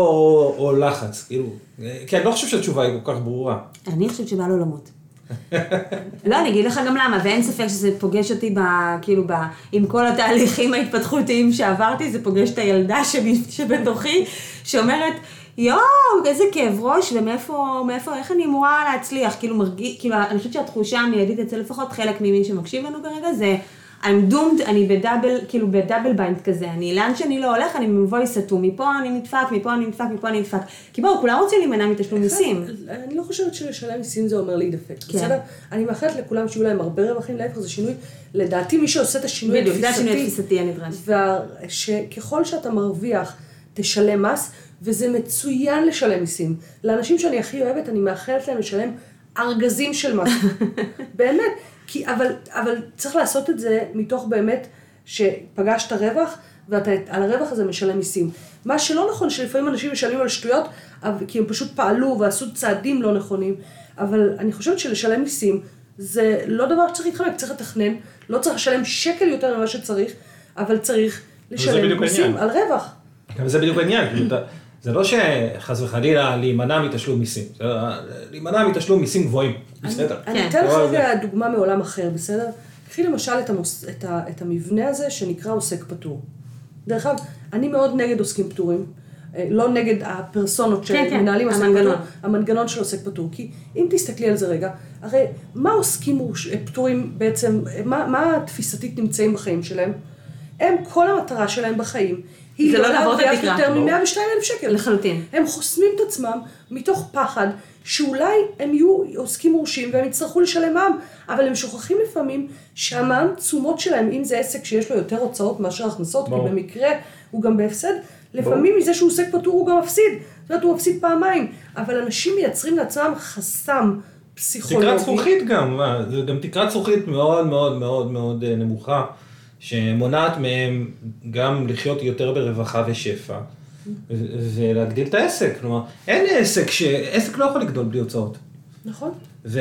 או לחץ? כאילו, כי אני לא חושב שהתשובה היא כל כך ברורה. אני חושבת שבא לו למות. לא, אני אגיד לך גם למה, ואין ספק שזה פוגש אותי כאילו עם כל התהליכים ההתפתחותיים שעברתי, זה פוגש את הילדה שבתוכי, שאומרת, יואו, איזה כאב ראש, ומאיפה, איך אני אמורה להצליח? כאילו, אני חושבת שהתחושה המיידית אצל לפחות חלק ממי שמקשיב לנו כרגע, זה I'm doomed, אני בדאבל ביינד כזה, לאן שאני לא הולך, אני מבוי סתום, מפה אני נדפק, מפה אני נדפק, מפה אני נדפק. כי בואו, כולם רוצים להימנע מתשלום מיסים. אני לא חושבת שלשלם מיסים זה אומר להידפק. בסדר? אני מאחלת לכולם שיהיו להם הרבה רווחים, להפך זה שינוי, לדעתי מי שעושה את השינוי התפיסתי, בדיוק, זה השינוי התפיסתי הנדרש. שככל שאתה מרוויח, תשלם מס, וזה מצוין לשלם מיסים. לאנשים שאני הכי אוהבת, אני מאחלת להם לשלם ארגזים של מס. באמת. אבל צריך לעשות את זה מתוך באמת שפגשת רווח, ואתה על הרווח הזה משלם מיסים. מה שלא נכון, שלפעמים אנשים משלמים על שטויות, כי הם פשוט פעלו ועשו צעדים לא נכונים, אבל אני חושבת שלשלם מיסים, זה לא דבר שצריך להתחמק, צריך לתכנן, לא צריך לשלם שקל יותר ממה שצריך, אבל צריך לשלם מיסים על רווח. אבל זה בדיוק העניין, זה לא שחס וחלילה להימנע מתשלום מיסים, זה להימנע מתשלום מיסים גבוהים, בסדר. אני אתן לך רגע דוגמה מעולם אחר, בסדר? קחי למשל את המבנה הזה שנקרא עוסק פטור. דרך אגב, אני מאוד נגד עוסקים פטורים, לא נגד הפרסונות שמנהלים עוסק פטור, המנגנון של עוסק פטור, כי אם תסתכלי על זה רגע, הרי מה עוסקים פטורים בעצם, מה תפיסתית נמצאים בחיים שלהם? הם, כל המטרה שלהם בחיים, היא לא להרוויח יותר מ-102,000 שקל. לחלוטין. הם חוסמים את עצמם מתוך פחד שאולי הם יהיו עוסקים מורשים והם יצטרכו לשלם מע"מ, אבל הם שוכחים לפעמים שהמע"מ תשומות שלהם, אם זה עסק שיש לו יותר הוצאות מאשר הכנסות, כי במקרה הוא גם בהפסד, לפעמים מזה שהוא עוסק פטור הוא גם מפסיד, זאת אומרת הוא מפסיד פעמיים, אבל אנשים מייצרים לעצמם חסם פסיכולוגי. תקרת זכוכית גם, זה גם תקרת זכוכית מאוד מאוד מאוד מאוד נמוכה, שמונעת מהם גם לחיות יותר ברווחה ושפע, ולהגדיל את העסק. כלומר, אין עסק לא יכול לגדול בלי הוצאות. נכון.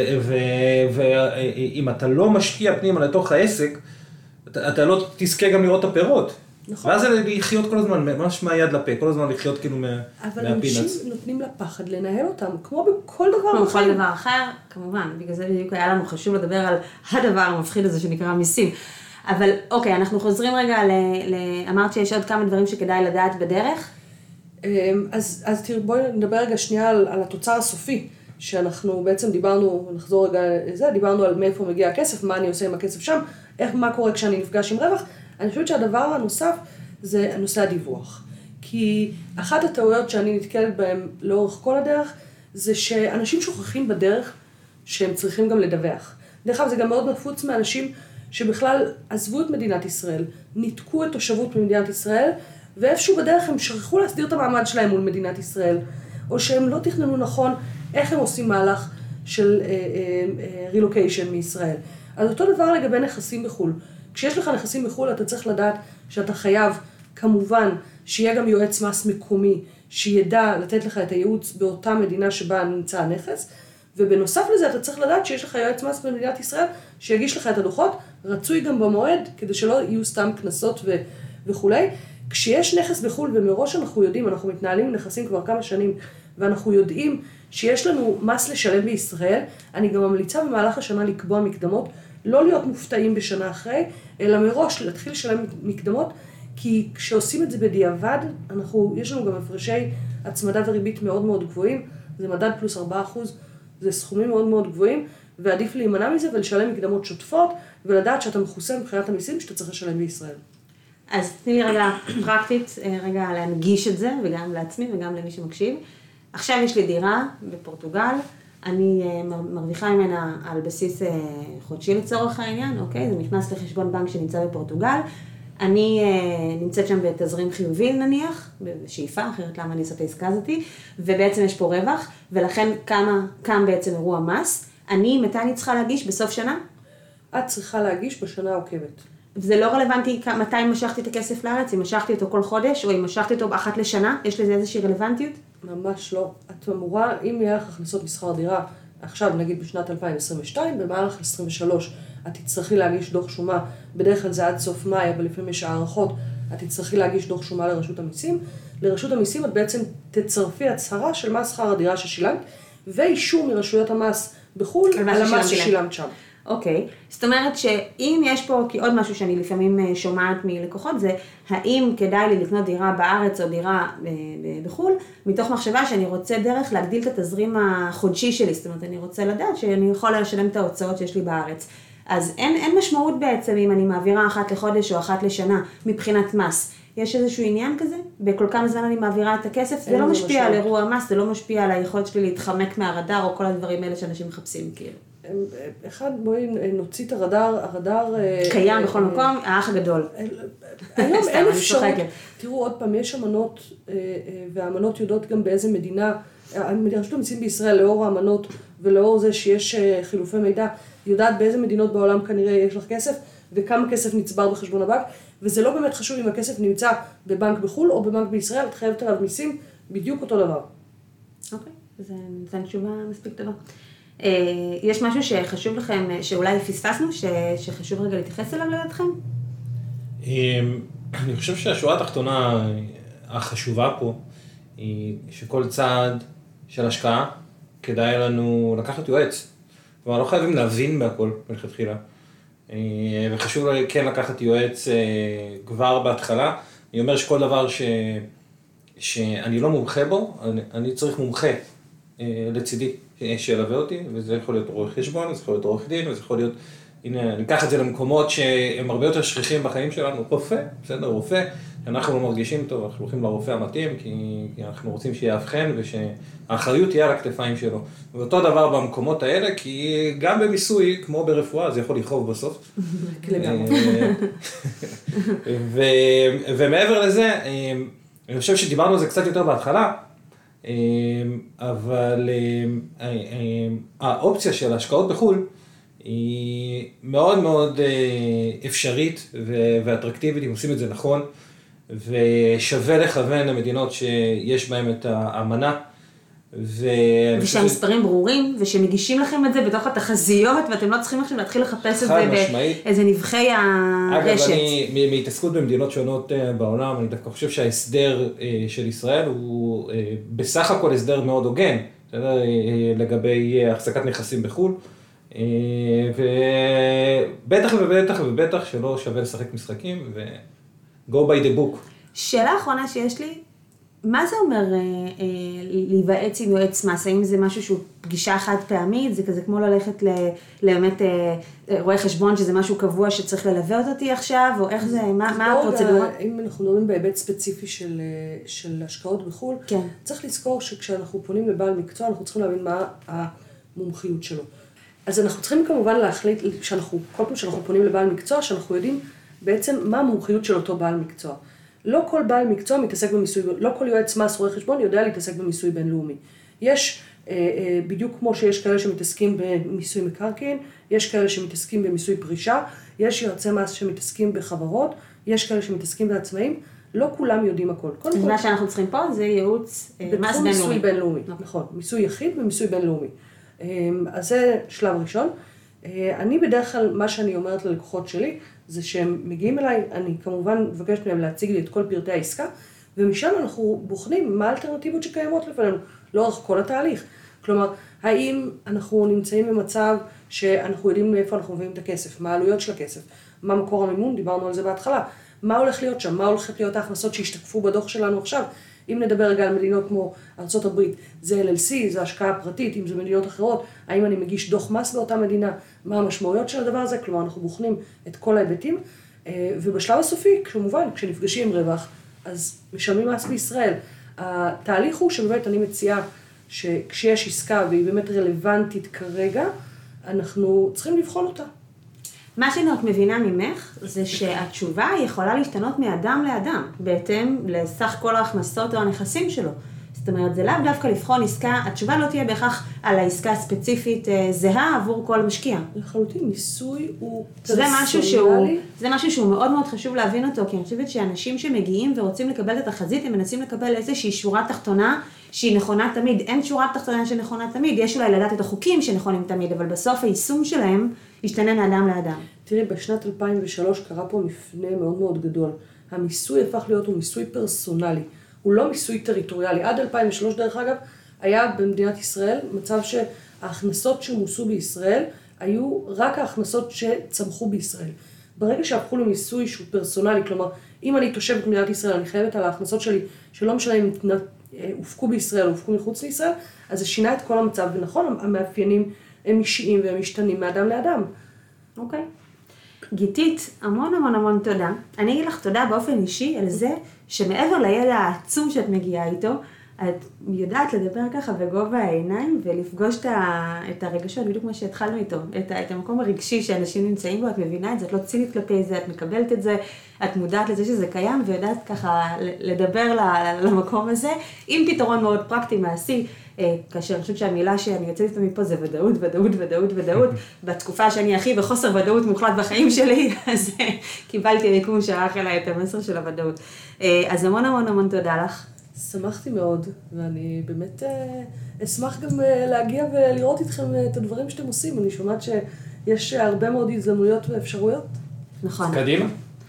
ואם אתה לא משקיע פנימה לתוך העסק, אתה לא תזכה גם לראות את הפירות. נכון. ואז זה לחיות כל הזמן, ממש מהיד לפה, כל הזמן לחיות כאילו מהפינץ. אבל אנשים נותנים לפחד לנהל אותם, כמו בכל דבר אחר. כמו בכל דבר אחר, כמובן. בגלל זה בדיוק היה לנו חשוב לדבר על הדבר המפחיד הזה שנקרא מיסים. אבל אוקיי, אנחנו חוזרים רגע אמרת שיש עוד כמה דברים שכדאי לדעת בדרך. אז תראי, בואי נדבר רגע שנייה על התוצר הסופי, שאנחנו בעצם נחזור רגע לזה, דיברנו על מאיפה מגיע הכסף, מה אני עושה עם הכסף שם, מה קורה כשאני נפגש עם רווח. אני חושבת שהדבר הנוסף זה נושא הדיווח. כי אחת הטעויות שאני נתקלת בהן לאורך כל הדרך, זה שאנשים שוכחים בדרך שהם צריכים גם לדווח. דרך אגב, זה גם מאוד נפוץ מאנשים שבכלל עזבו את מדינת ישראל, ניתקו את תושבות במדינת ישראל, ואיפשהו בדרך הם שכחו להסדיר את המעמד שלהם מול מדינת ישראל, או שהם לא תכננו נכון איך הם עושים מהלך של רילוקיישן מישראל. אז אותו דבר לגבי נכסים בחו"ל. כשיש לך נכסים בחו"ל, אתה צריך לדעת שאתה חייב, כמובן, שיהיה גם יועץ מס מקומי, שידע לתת לך את הייעוץ באותה מדינה שבה נמצא הנכס, ובנוסף לזה אתה צריך לדעת שיש לך יועץ מס במדינת ישראל, שיגיש לך את הדוחות, רצוי גם במועד, כדי שלא יהיו סתם כנסות וכולי. כשיש נכס בחו"ל, ומראש אנחנו יודעים, אנחנו מתנהלים עם נכסים כבר כמה שנים, ואנחנו יודעים שיש לנו מס לשלם בישראל, אני גם ממליצה במהלך השנה לקבוע מקדמות, לא להיות מופתעים בשנה אחרי, אלא מראש להתחיל לשלם מקדמות, כי כשעושים את זה בדיעבד, יש לנו גם הפרשי הצמדה וריבית מאוד מאוד גבוהים, זה מדד פלוס 4%, זה סכומים מאוד מאוד גבוהים, ועדיף להימנע מזה ולשלם מקדמות שוטפות, ולדעת שאתה מכוסה מבחינת המיסים שאתה צריך לשלם בישראל. אז תני לי רגע פרקטית, רגע להנגיש את זה, וגם לעצמי וגם למי שמקשיב. עכשיו יש לי דירה בפורטוגל, אני מרוויחה ממנה על בסיס חודשי לצורך העניין, אוקיי? זה נכנס לחשבון בנק שנמצא בפורטוגל, אני נמצאת שם בתזרים חיובי נניח, בשאיפה, אחרת למה אני עושה את העסקה הזאתי, ובעצם יש פה רווח, ולכן קם בעצם אירוע מס. מתי אני צריכה להגיש? בסוף שנה? את צריכה להגיש בשנה העוקבת. זה לא רלוונטי מתי משכתי את הכסף לארץ, אם משכתי אותו כל חודש, או אם משכתי אותו אחת לשנה, יש לזה איזושהי רלוונטיות? ממש לא. את אמורה, אם יהיה לך הכנסות משכר דירה, עכשיו נגיד בשנת 2022, במהלך 23, את תצטרכי להגיש דוח שומה, בדרך כלל זה עד סוף מאי, אבל לפעמים יש הערכות, את תצטרכי להגיש דוח שומה לרשות המיסים. לרשות המיסים את בעצם תצרפי הצהרה של מה שכר הדירה ששילמת, ואישור מרשויות המס בחו"ל על המס ששילמת שם. אוקיי, זאת אומרת שאם יש פה, כי עוד משהו שאני לפעמים שומעת מלקוחות, זה האם כדאי לי לקנות דירה בארץ או דירה בחו"ל, מתוך מחשבה שאני רוצה דרך להגדיל את התזרים החודשי שלי, זאת אומרת אני רוצה לדעת שאני יכול לשלם את ההוצאות שיש לי בארץ. אז אין משמעות בעצם אם אני מעבירה אחת לחודש או אחת לשנה מבחינת מס. יש איזשהו עניין כזה? בכל כמה זמן אני מעבירה את הכסף? זה לא משפיע על אירוע מס, זה לא משפיע על היכולת שלי להתחמק מהרדאר או כל הדברים האלה שאנשים מחפשים כאילו. אחד, בואי נוציא את הרדאר... קיים בכל מקום, האח הגדול. היום אין אפשרות. תראו עוד פעם, יש אמנות, והאמנות יודעות גם באיזה מדינה, רשות המיסים בישראל לאור האמנות ולאור זה שיש חילופי מידע, יודעת באיזה מדינות בעולם כנראה יש לך כסף, וכמה כסף נצבר בחשבון הבנק, וזה לא באמת חשוב אם הכסף נמצא בבנק בחו"ל או בבנק בישראל, את חייבת עליו מיסים בדיוק אותו דבר. אוקיי, זה נתן תשובה מספיק טובה. יש משהו שחשוב לכם, שאולי פספסנו, שחשוב רגע להתייחס אליו לידכם? אני חושב שהשורה התחתונה החשובה פה, היא שכל צעד של השקעה, כדאי לנו לקחת יועץ. כלומר, לא חייבים להבין בהכל מלכתחילה. וחשוב כן לקחת יועץ כבר בהתחלה. אני אומר שכל דבר שאני לא מומחה בו, אני צריך מומחה לצידי. שילווה אותי, וזה יכול להיות רואה חשבון, זה יכול להיות עורך דין, וזה יכול להיות, הנה, ניקח את זה למקומות שהם הרבה יותר שכיחים בחיים שלנו, רופא, בסדר, רופא, אנחנו לא מרגישים טוב, אנחנו הולכים לרופא המתאים, כי אנחנו רוצים שיאבחן, ושהאחריות תהיה על הכתפיים שלו. ואותו דבר במקומות האלה, כי גם במיסוי, כמו ברפואה, זה יכול לכאוב בסוף. ומעבר לזה, אני חושב שדיברנו על זה קצת יותר בהתחלה, אבל האופציה של ההשקעות בחו"ל היא מאוד מאוד אפשרית ואטרקטיבית, אם עושים את זה נכון, ושווה לכוון למדינות שיש בהן את האמנה. ושהמספרים ברורים, ושמגישים לכם את זה בתוך התחזיות, ואתם לא צריכים עכשיו להתחיל לחפש את זה באיזה נבחי הרשת. אגב, מהתעסקות במדינות שונות בעולם, אני דווקא חושב שההסדר של ישראל הוא בסך הכל הסדר מאוד הוגן, לגבי החזקת נכסים בחו"ל, ובטח ובטח ובטח שלא שווה לשחק משחקים, ו-go by the book. שאלה אחרונה שיש לי, מה זה אומר להיוועץ עם יועץ מס? האם זה משהו שהוא פגישה חד פעמית? זה כזה כמו ללכת באמת רואה חשבון שזה משהו קבוע שצריך ללוות אותי עכשיו? או איך זה, מה הפרוצדורה? אם אנחנו מדברים בהיבט ספציפי של השקעות בחו"ל, כן. צריך לזכור שכשאנחנו פונים לבעל מקצוע, אנחנו צריכים להבין מה המומחיות שלו. אז אנחנו צריכים כמובן להחליט, כל פעם שאנחנו פונים לבעל מקצוע, שאנחנו יודעים בעצם מה המומחיות של אותו בעל מקצוע. לא כל בעל מקצוע מתעסק במיסוי, לא כל יועץ מס רואה חשבון יודע להתעסק במיסוי בינלאומי. יש בדיוק כמו שיש כאלה שמתעסקים במיסוי מקרקעין, יש כאלה שמתעסקים במיסוי פרישה, יש יועצי מס שמתעסקים בחברות, יש כאלה שמתעסקים בעצמאים, לא כולם יודעים הכל. אז מה שאנחנו צריכים פה זה ייעוץ מס בינלאומי. בתחום מיסוי בינלאומי, נכון, מיסוי יחיד ומיסוי בינלאומי. אז זה שלב ראשון. אני בדרך כלל, מה שאני אומרת ללקוחות שלי, זה שהם מגיעים אליי, אני כמובן מבקשת מהם להציג לי את כל פרטי העסקה, ומשם אנחנו בוחנים מה האלטרנטיבות שקיימות לפנינו, לאורך כל התהליך. כלומר, האם אנחנו נמצאים במצב שאנחנו יודעים מאיפה אנחנו מביאים את הכסף, מה העלויות של הכסף, מה מקור המימון, דיברנו על זה בהתחלה, מה הולך להיות שם, מה הולכת להיות ההכנסות שהשתקפו בדוח שלנו עכשיו. אם נדבר רגע על מדינות כמו ארצות הברית, זה LLC, זה השקעה פרטית, אם זה מדינות אחרות, האם אני מגיש דוח מס באותה מדינה, מה המשמעויות של הדבר הזה, כלומר אנחנו בוחנים את כל ההיבטים, ובשלב הסופי, כמובן, כשנפגשים עם רווח, אז משלמים מס בישראל. התהליך הוא שבאמת אני מציעה שכשיש עסקה והיא באמת רלוונטית כרגע, אנחנו צריכים לבחון אותה. מה שאני עוד מבינה ממך, זה שהתשובה יכולה להשתנות מאדם לאדם, בהתאם לסך כל ההכנסות או הנכסים שלו. זאת אומרת, זה לאו דווקא לבחון עסקה, התשובה לא תהיה בהכרח על העסקה הספציפית זהה עבור כל משקיע. לחלוטין, מיסוי הוא פרסונלי. זה משהו שהוא מאוד מאוד חשוב להבין אותו, כי אני חושבת שאנשים שמגיעים ורוצים לקבל את התחזית, הם מנסים לקבל איזושהי שורה תחתונה שהיא נכונה תמיד. אין שורה תחתונה שנכונה תמיד, יש אולי לדעת את החוקים שנכונים תמיד, אבל בסוף היישום שלהם ישתנה מאדם לאדם. תראי, בשנת 2003 קרה פה מפנה מאוד מאוד גדול. המיסוי הפך להיות הוא מיסוי פרסונלי. הוא לא מיסוי טריטוריאלי. עד 2003, דרך אגב, היה במדינת ישראל מצב שההכנסות שמוסו בישראל היו רק ההכנסות שצמחו בישראל. ברגע שהפכו למיסוי שהוא פרסונלי, כלומר, אם אני תושבת במדינת ישראל, אני חייבת על ההכנסות שלי, שלא משנה אם הופקו בישראל או הופקו מחוץ לישראל, אז זה שינה את כל המצב. ונכון, המאפיינים הם אישיים והם משתנים מאדם לאדם. אוקיי. גיתית, המון המון המון תודה. אני אגיד לך תודה באופן אישי על זה שמעבר לידע העצום שאת מגיעה איתו, את יודעת לדבר ככה בגובה העיניים ולפגוש את הרגשות, בדיוק מה שהתחלנו איתו, את המקום הרגשי שאנשים נמצאים בו, את מבינה את זה, את לא צינית כלפי זה, את מקבלת את זה, את מודעת לזה שזה קיים ויודעת ככה לדבר למקום הזה, עם פתרון מאוד פרקטי, מעשי, כאשר אני חושבת שהמילה שאני יוצאת איתה מפה זה ודאות, ודאות, ודאות, ודאות. בתקופה שאני הכי בחוסר ודאות מוחלט בחיים שלי, אז קיבלתי היקום שערך אליי את המסר של הוודאות. אז המון המון המון תודה לך. שמחתי מאוד, ואני באמת אשמח גם להגיע ולראות איתכם את הדברים שאתם עושים. אני שומעת שיש הרבה מאוד הזדמנויות ואפשרויות. נכון. קדימה.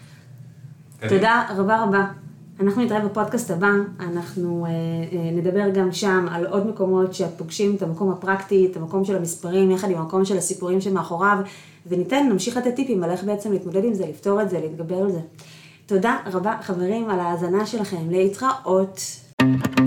תודה רבה רבה. אנחנו נתראה בפודקאסט הבא, אנחנו נדבר גם שם על עוד מקומות שאת פוגשים את המקום הפרקטי, את המקום של המספרים, יחד עם המקום של הסיפורים שמאחוריו, נמשיך לתת טיפים על איך בעצם להתמודד עם זה, לפתור את זה, להתגבר על זה. תודה רבה חברים על ההאזנה שלכם, להתראות.